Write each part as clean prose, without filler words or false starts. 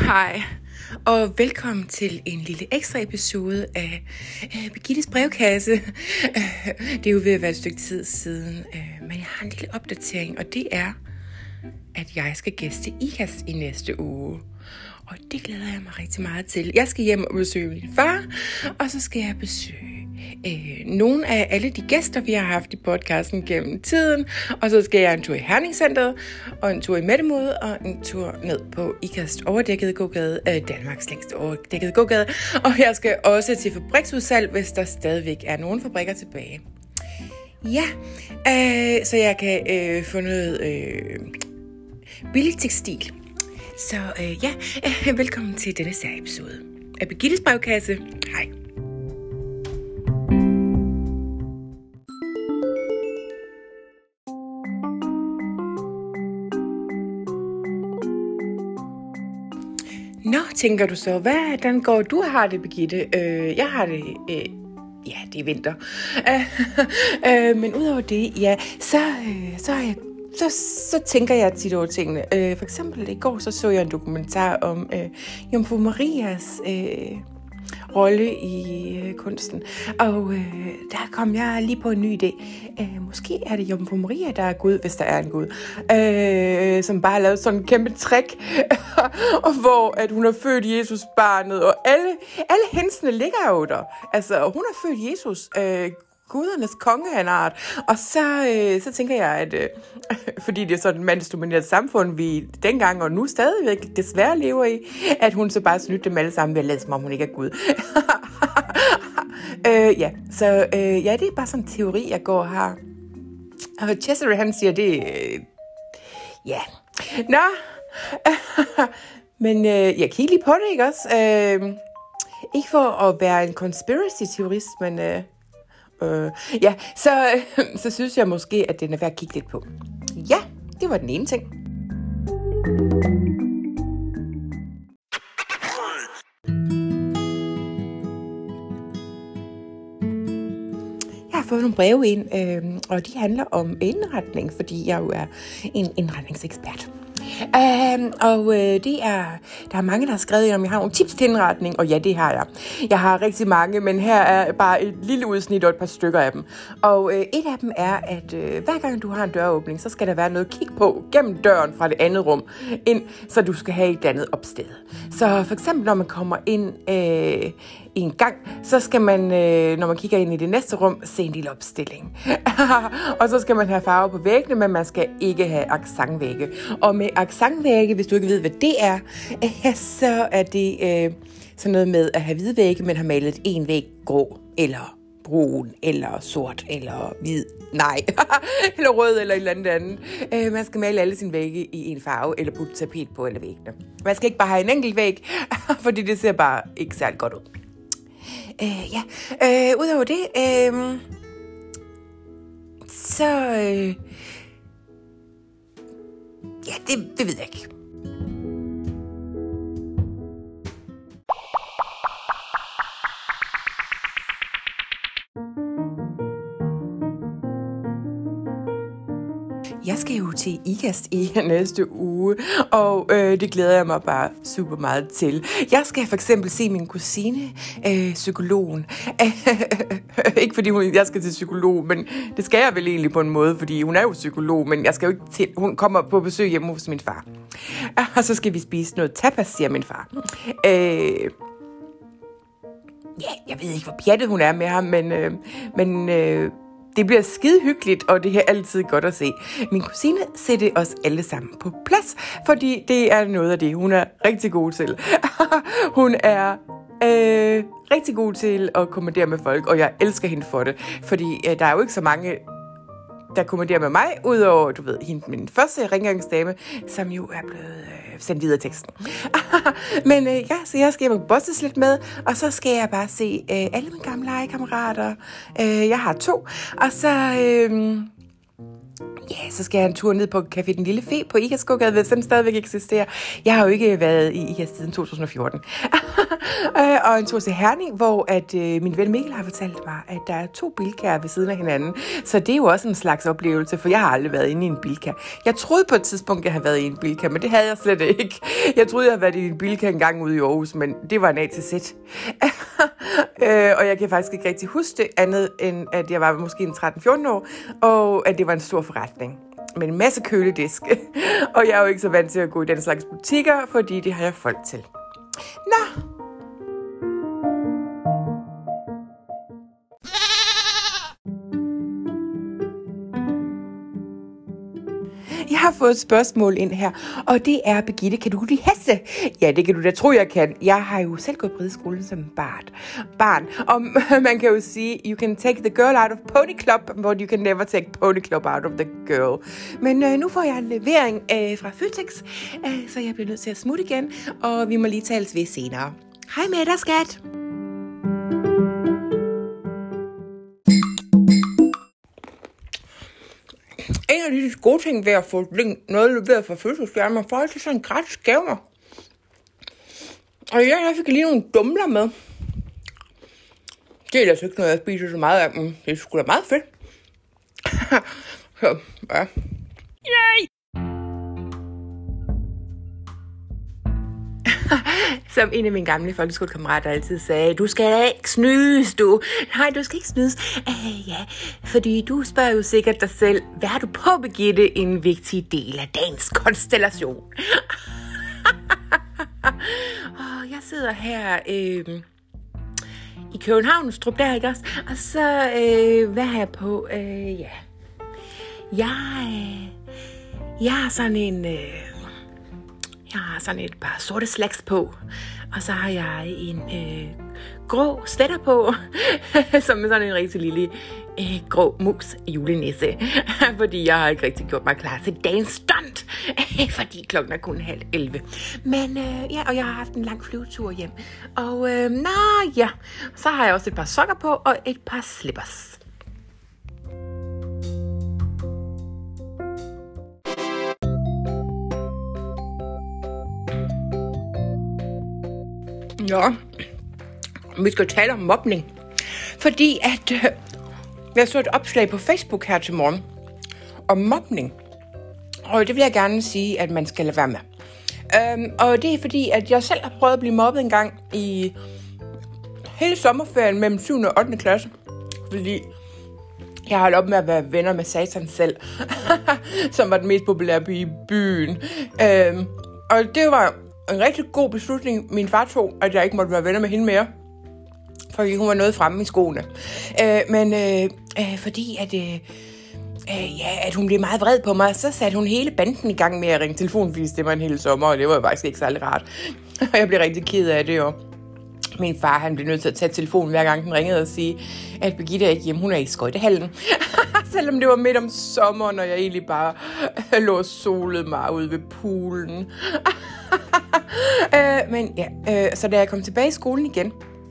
Hej, og velkommen til en lille ekstra episode af Birgittes brevkasse. Det er jo ved at være et stykke tid siden, men jeg har en lille opdatering, og det er, at jeg skal gæste IKAST i næste uge. Og det glæder jeg mig rigtig meget til. Jeg skal hjem og besøge min far, og så skal jeg besøge nogle af alle de gæster, vi har haft i podcasten gennem tiden. Og så skal jeg en tur i Herning-centret, og en tur i Mættemode, og en tur ned på IKAST overdækket gågade, Danmarks længste overdækkede gågade. Og jeg skal også til fabriksudsalg, hvis der stadigvæk er nogle fabrikker tilbage. Ja, så jeg kan få noget billig tekstil. Så velkommen til denne serieepisode af Birgittes brevkasse. Hej. Nå, tænker du så, hvordan går du har det, Birgitte? Jeg har det, det er vinter. Men udover det, ja, så tænker jeg tit over tingene. For eksempel i går så jeg en dokumentar om Jomfru Marias rolle i kunsten. Og der kom jeg lige på en ny idé. Måske er det Jomfru Maria, der er Gud, hvis der er en Gud. Som bare har lavet sådan en kæmpe trick, og hvor at hun har født Jesus barnet, og alle hensene ligger jo der. Altså, hun har født Jesus, gudernes konge af en art. Og så tænker jeg, at fordi det er sådan et mandsdomineret samfund, vi dengang og nu stadigvæk desværre lever i, at hun så bare snytte dem alle sammen ved at lade som om hun ikke er Gud. Det er bare sådan en teori, jeg går her. Og Cesare, han siger det, Nå, men jeg kigger lige på det, ikke også? Ikke for at være en conspiracy-teorist, men så synes jeg måske, at den er værd at kigge lidt på. Ja, det var den ene ting. Jeg har fået nogle breve ind, og de handler om indretning, fordi jeg jo er en indretningsekspert. Der er mange, der har skrevet, om jeg har nogle tips til indretning, og ja, det har jeg. Jeg har rigtig mange, men her er bare et lille udsnit og et par stykker af dem. Og et af dem er, at hver gang du har en døråbning, så skal der være noget at kigge på gennem døren fra det andet rum ind, så du skal have et andet opsted. Så for eksempel, når man kommer ind i en gang, så skal man, når man kigger ind i det næste rum, se en lille opstilling. Og så skal man have farve på væggene, men man skal ikke have accentvægge. Og med accentvægge, hvis du ikke ved, hvad det er, så er det sådan noget med at have hvide vægge, men har malet en væg grå, eller brun, eller sort, eller hvid, eller rød, eller et eller andet. Man skal male alle sine vægge i en farve, eller putte tapet på alle væggene. Man skal ikke bare have en enkelt væg, fordi det ser bare ikke særlig godt ud. Udover det, det ved jeg ikke. Jeg skal jo til IKAST i næste uge, og det glæder jeg mig bare super meget til. Jeg skal for eksempel se min kusine, psykologen. Ikke fordi jeg skal til psykolog, men det skal jeg vel egentlig på en måde, fordi hun er jo psykolog, men jeg skal jo ikke til. Hun kommer på besøg hjemme hos min far. Og så skal vi spise noget tapas, siger min far. Jeg ved ikke, hvor pjattet hun er med ham, men det bliver skide hyggeligt, og det er altid godt at se. Min kusine sætter os alle sammen på plads, fordi det er noget af det, hun er rigtig god til. Hun er rigtig god til at kommandere med folk, og jeg elsker hende for det, fordi der er jo ikke så mange, der kommanderer med mig, udover, du ved, min første rengøringsdame, som jo er blevet sendt videre teksten. Men så jeg skal hjem og bosses lidt med, og så skal jeg bare se alle mine gamle legekammerater. Jeg har 2, og så Ja, så skal jeg en tur ned på Café Den Lille Fe på Ikast-gågade, hvis den stadigvæk eksisterer. Jeg har jo ikke været i Ikast siden 2014. Og en tur til Herning, hvor at, min ven Mikkel har fortalt mig, at der er 2 bilkaer ved siden af hinanden. Så det er jo også en slags oplevelse, for jeg har aldrig været inde i en bilka. Jeg troede på et tidspunkt, at jeg havde været i en bilka, men det havde jeg slet ikke. Jeg troede, jeg havde været i en bilka en gang ude i Aarhus, men det var en A til Z. Og jeg kan faktisk ikke rigtig huske det, andet end at jeg var måske en 13-14 år, og at det var en stor forretning med en masse køledisk. Og jeg er jo ikke så vant til at gå i den slags butikker, fordi det har jeg folk til. Nå! Jeg har fået et spørgsmål ind her, og det er, Birgitte, kan du lide heste? Ja, det kan du da tro, jeg kan. Jeg har jo selv gået i rideskolen som barn. Og man kan jo sige, you can take the girl out of Pony Club, but you can never take Pony Club out of the girl. Men nu får jeg en levering fra Føtex, så jeg bliver nødt til at smutte igen, og vi må lige tales ved senere. Hej med dig, skat! En af de gode ting ved at få noget leveret fra fødselsdag, man får altid sådan en gratis gaver. Og jeg fik lige nogle dumler med. Det er ellers ikke noget, jeg spiser så meget af, men det er sgu da meget fedt. Så, ja. Yay! Som en af mine gamle folkeskolekammerater altid sagde, du skal ikke snydes, du. Nej, du skal ikke snydes. Ja, fordi du spørger jo sikkert dig selv, hvad har du på, Birgitte, en vigtig del af dagens konstellation? Og jeg sidder her i Københavnstrup, der, ikke også? Og så, hvad har jeg på? Ja. Jeg har sådan en... Jeg har sådan et par sorte slacks på, og så har jeg en grå sweater på, som er sådan en rigtig lille grå mus julenisse, fordi jeg har ikke rigtig gjort mig klar til dagens stunt, fordi klokken er kun 10:30. Men ja, og jeg har haft en lang flyvetur hjem, og så har jeg også et par sokker på og et par slippers. Ja, vi skal tale om mobning. Fordi at jeg så et opslag på Facebook her til morgen om mobning. Og det vil jeg gerne sige, at man skal lade være med. Og det er fordi, at jeg selv har prøvet at blive mobbet en gang i hele sommerferien mellem 7. og 8. klasse. Fordi jeg holdt op med at være venner med Satan selv, som var den mest populære by i byen. Og det var en rigtig god beslutning, min far tog, at jeg ikke måtte være venner med hende mere. Fordi hun var noget fremme i skoene. Fordi at hun blev meget vred på mig, så satte hun hele banden i gang med at ringe telefonen, fordi det var en hel sommer, og det var faktisk ikke særlig rart. Og jeg blev rigtig ked af det, og min far, han blev nødt til at tage telefonen, hver gang den ringede og sige, at Birgitte er ikke hjemme, hun er i skøjtehallen. Selvom det var midt om sommeren, og jeg egentlig bare lå og solede mig ude ved poolen. Så da jeg kom tilbage i skolen igen,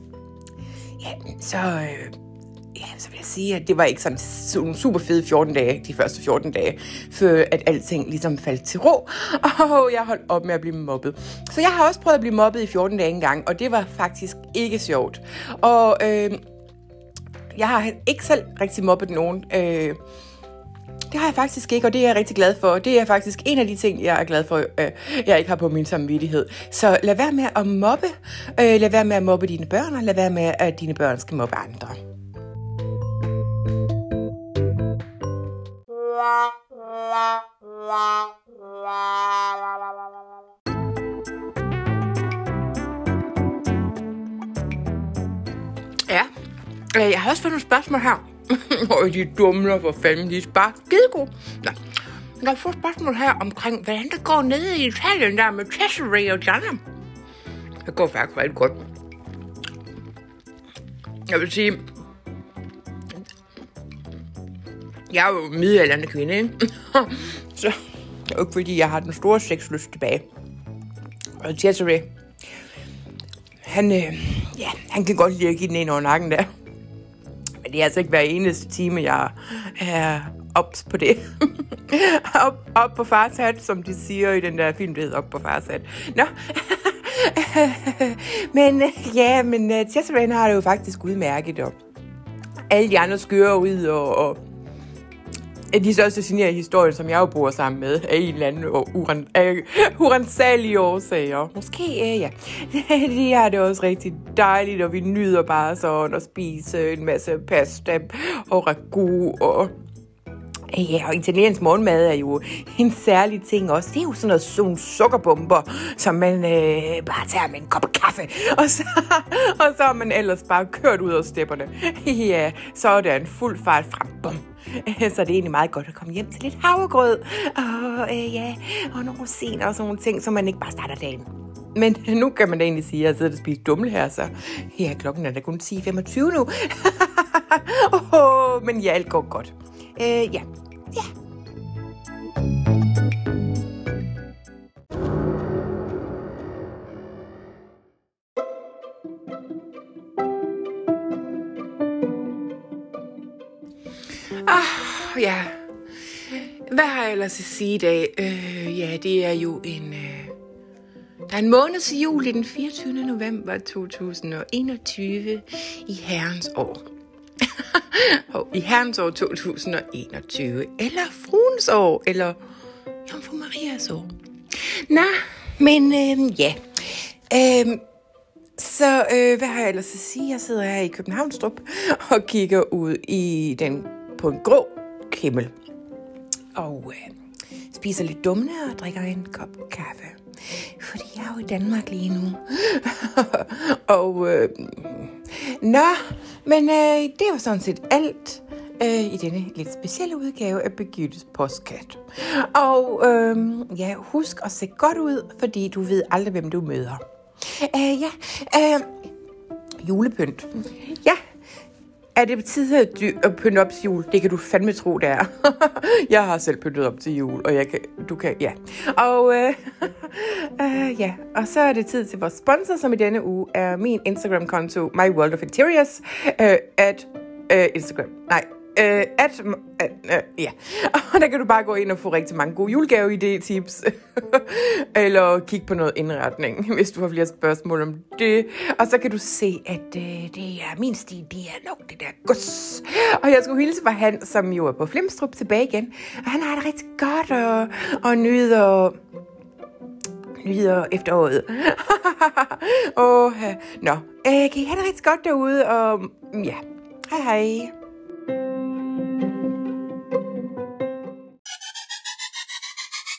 så vil jeg sige, at det var ikke sådan super fede 14 dage, de første 14 dage, før at alting ligesom faldt til ro, og jeg holdt op med at blive mobbet. Så jeg har også prøvet at blive mobbet i 14 dage engang, og det var faktisk ikke sjovt. Og jeg har ikke selv rigtig mobbet nogen. Det har jeg faktisk ikke, og det er jeg rigtig glad for. Det er faktisk en af de ting, jeg er glad for, jeg ikke har på min samvittighed. Så lad være med at mobbe. Lad være med at mobbe dine børn, og lad være med, at dine børn skal mobbe andre. Ja, jeg har også fået nogle spørgsmål her. De dumler for fanden, de er bare skidegode. Nå, jeg har fået spørgsmål her omkring, hvordan det går nede i Italien der med Cesare og Gianna. Det går faktisk rigtig godt. Jeg vil sige, jeg er jo en middelaldrende kvinde, ikke? Så det er jo ikke fordi, jeg har den store sexlyst tilbage. Og Cesare, han kan godt lide at give den ind over nakken der. Men det er altså ikke hver eneste time, jeg er ops på det. op på fars hat, som de siger i den der film, der hedder Op på fars hat. Nå. men Tesserain har det jo faktisk udmærket, og alle de andre skører ud, og de største signerer i historien, som jeg jo bor sammen med, af en eller anden uransagelige årsager. Måske, ja. De har det også rigtig dejligt, og vi nyder bare sådan at spise en masse pasta og ragu, og ja, og italiensk morgenmad er jo en særlig ting også. Det er jo sådan nogle sukkerbomber, som man bare tager med en kop kaffe, og så er man ellers bare kørt ud af stepperne. Ja, så er det en fuld fart frem. Bum. Så det er egentlig meget godt at komme hjem til lidt havregrød, og nogle rosiner og sådan nogle ting, så man ikke bare starter dagen. Men nu kan man da egentlig sige, at jeg sidder og spiser dumle her, så ja, klokken er da kun 10:25 nu. Men ja, alt går godt. Ja. Ja. Hvad har jeg ellers at sige i dag? Ja, det er jo der er en måned til jul, den 24. november 2021 i Herrens år. Og i Herrens år 2021, eller Fruens år, eller Jomfru Marias år. Nå, men ja. Så hvad har jeg ellers at sige? Jeg sidder her i Københavnstrup og kigger ud på en grå himmel. Og spiser lidt dumle og drikker en kop kaffe. Fordi jeg er jo i Danmark lige nu. Og det var sådan set alt i denne lidt specielle udgave af Birgittes Postkat. Og husk at se godt ud, fordi du ved aldrig, hvem du møder. Julepynt. Ja. Er det på tide at pynte op til jul? Det kan du fandme tro, det er. Jeg har selv pyntet op til jul, og du kan, ja. Og ja, og så er det tid til vores sponsor, som i denne uge er min Instagram-konto, My World of Interiors, at Instagram. Nej, ja. Og der kan du bare gå ind og få rigtig mange gode julegave-idé-tips. Eller kigge på noget indretning, hvis du har flere spørgsmål om det. Og så kan du se, at det er min stil, det er nok det der gods. Og jeg skulle hilse fra han, som jo er på Flimstrup, tilbage igen. Og han har det rigtig godt og nyder efteråret. Nå, kan I have det rigtig godt derude? Og ja, hej hej.